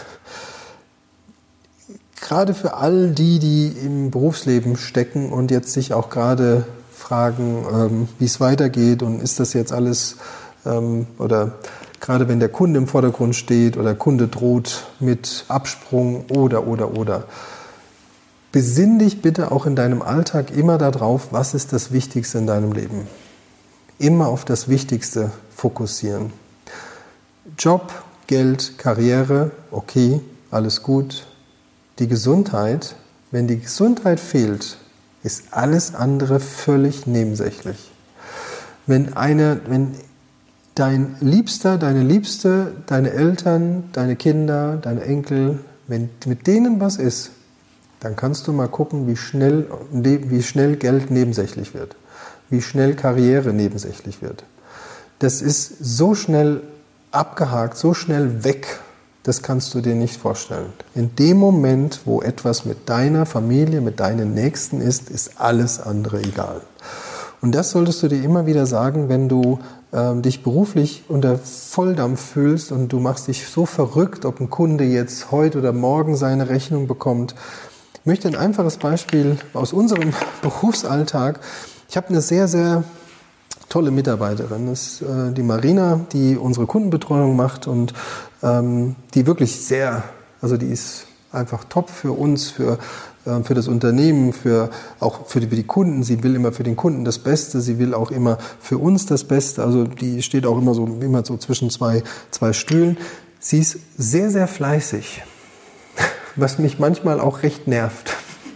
gerade für all die, die im Berufsleben stecken und jetzt sich auch gerade fragen, ähm, wie es weitergeht und ist das jetzt alles, ähm, oder gerade wenn der Kunde im Vordergrund steht oder der Kunde droht mit Absprung oder, oder, oder. Besinn dich bitte auch in deinem Alltag immer darauf, was ist das Wichtigste in deinem Leben. Immer auf das Wichtigste fokussieren. Job, Geld, Karriere, okay, alles gut. Die Gesundheit, wenn die Gesundheit fehlt, ist alles andere völlig nebensächlich. Wenn eine, wenn dein Liebster, deine Liebste, deine Eltern, deine Kinder, deine Enkel, wenn mit denen was ist, dann kannst du mal gucken, wie schnell, wie schnell Geld nebensächlich wird, wie schnell Karriere nebensächlich wird. Das ist so schnell abgehakt, so schnell weg, das kannst du dir nicht vorstellen. In dem Moment, wo etwas mit deiner Familie, mit deinen Nächsten ist, ist alles andere egal. Und das solltest du dir immer wieder sagen, wenn du ähm, dich beruflich unter Volldampf fühlst und du machst dich so verrückt, ob ein Kunde jetzt heute oder morgen seine Rechnung bekommt. Ich möchte ein einfaches Beispiel aus unserem Berufsalltag. Ich habe eine sehr, sehr tolle Mitarbeiterin. Das ist äh, die Marina, die unsere Kundenbetreuung macht und ähm, die wirklich sehr, also die ist einfach top für uns, für, äh, für das Unternehmen, für, auch für die, für die Kunden. Sie will immer für den Kunden das Beste, sie will auch immer für uns das Beste. Also die steht auch immer so, immer so zwischen zwei, zwei Stühlen. Sie ist sehr, sehr fleißig, was mich manchmal auch recht nervt.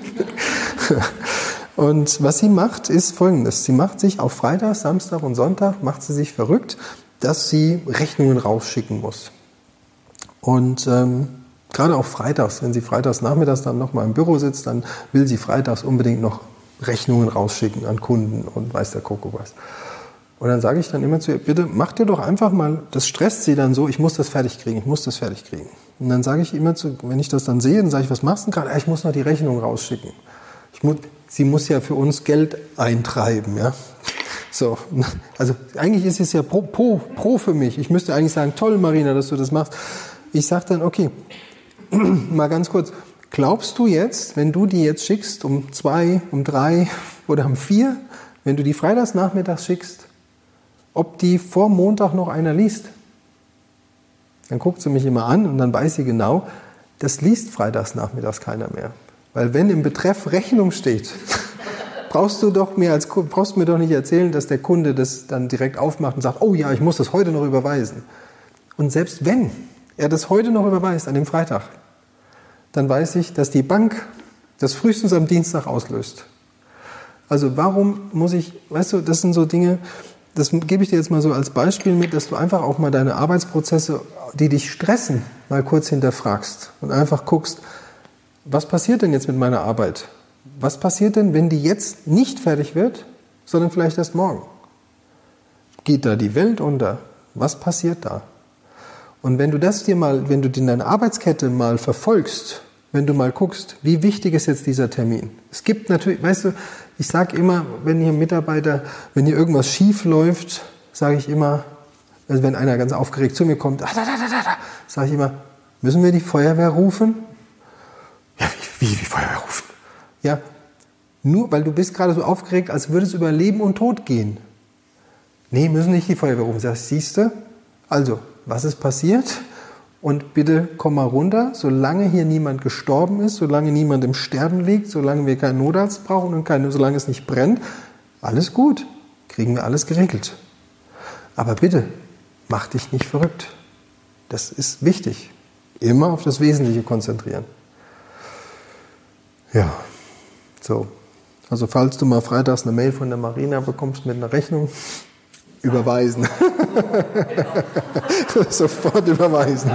Und was sie macht, ist Folgendes. Sie macht sich auf Freitag, Samstag und Sonntag, macht sie sich verrückt, dass sie Rechnungen rausschicken muss. Und ähm, gerade auch freitags, wenn sie freitags nachmittags dann nochmal im Büro sitzt, dann will sie freitags unbedingt noch Rechnungen rausschicken an Kunden und weiß der Kuckuck was. Und dann sage ich dann immer zu ihr, bitte mach dir doch einfach mal, das stresst sie dann so, ich muss das fertig kriegen, ich muss das fertig kriegen. Und dann sage ich immer zu, wenn ich das dann sehe, dann sage ich, was machst du denn gerade? Ich muss noch die Rechnung rausschicken. Ich muss, sie muss ja für uns Geld eintreiben, ja. So, also eigentlich ist es ja pro, pro, pro für mich. Ich müsste eigentlich sagen, toll Marina, dass du das machst. Ich sage dann, okay, mal ganz kurz, glaubst du jetzt, wenn du die jetzt schickst um zwei, um drei oder um vier, wenn du die freitags nachmittags schickst, ob die vor Montag noch einer liest? Dann guckt sie mich immer an und dann weiß sie genau, das liest freitags nachmittags keiner mehr. Weil wenn im Betreff Rechnung steht, brauchst du doch mir als brauchst mir doch nicht erzählen, dass der Kunde das dann direkt aufmacht und sagt, oh ja, ich muss das heute noch überweisen. Und selbst wenn er das heute noch überweist, an dem Freitag, dann weiß ich, dass die Bank das frühestens am Dienstag auslöst. Also warum muss ich, weißt du, das sind so Dinge, das gebe ich dir jetzt mal so als Beispiel mit, dass du einfach auch mal deine Arbeitsprozesse, die dich stressen, mal kurz hinterfragst und einfach guckst, was passiert denn jetzt mit meiner Arbeit? Was passiert denn, wenn die jetzt nicht fertig wird, sondern vielleicht erst morgen? Geht da die Welt unter? Was passiert da? Und wenn du das dir mal, wenn du deine Arbeitskette mal verfolgst, wenn du mal guckst, wie wichtig ist jetzt dieser Termin? Es gibt natürlich, weißt du, ich sage immer, wenn hier Mitarbeiter, wenn hier irgendwas schief läuft, sage ich immer, also wenn einer ganz aufgeregt zu mir kommt, sage ich immer, müssen wir die Feuerwehr rufen? Ja, wie, wie die Feuerwehr rufen? Ja, nur weil du bist gerade so aufgeregt, als würde es über Leben und Tod gehen. Nee, müssen nicht die Feuerwehr rufen. Sag ich, siehst du? Also, was ist passiert? Und bitte komm mal runter, solange hier niemand gestorben ist, solange niemand im Sterben liegt, solange wir keinen Notarzt brauchen und keine, solange es nicht brennt, alles gut, kriegen wir alles geregelt. Aber bitte, mach dich nicht verrückt. Das ist wichtig. Immer auf das Wesentliche konzentrieren. Ja, so. Also falls du mal freitags eine Mail von der Marina bekommst mit einer Rechnung, überweisen. Sofort überweisen.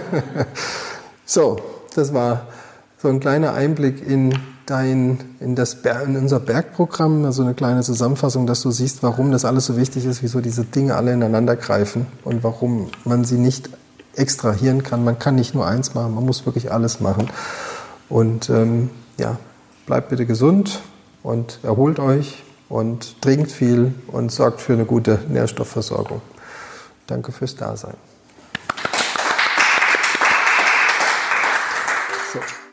So, das war so ein kleiner Einblick in dein, in das Ber- in unser Bergprogramm, also eine kleine Zusammenfassung, dass du siehst, warum das alles so wichtig ist, wieso diese Dinge alle ineinander greifen und warum man sie nicht extrahieren kann. Man kann nicht nur eins machen, man muss wirklich alles machen. Und ähm, ja, bleibt bitte gesund und erholt euch. Und trinkt viel und sorgt für eine gute Nährstoffversorgung. Danke fürs Dasein. So.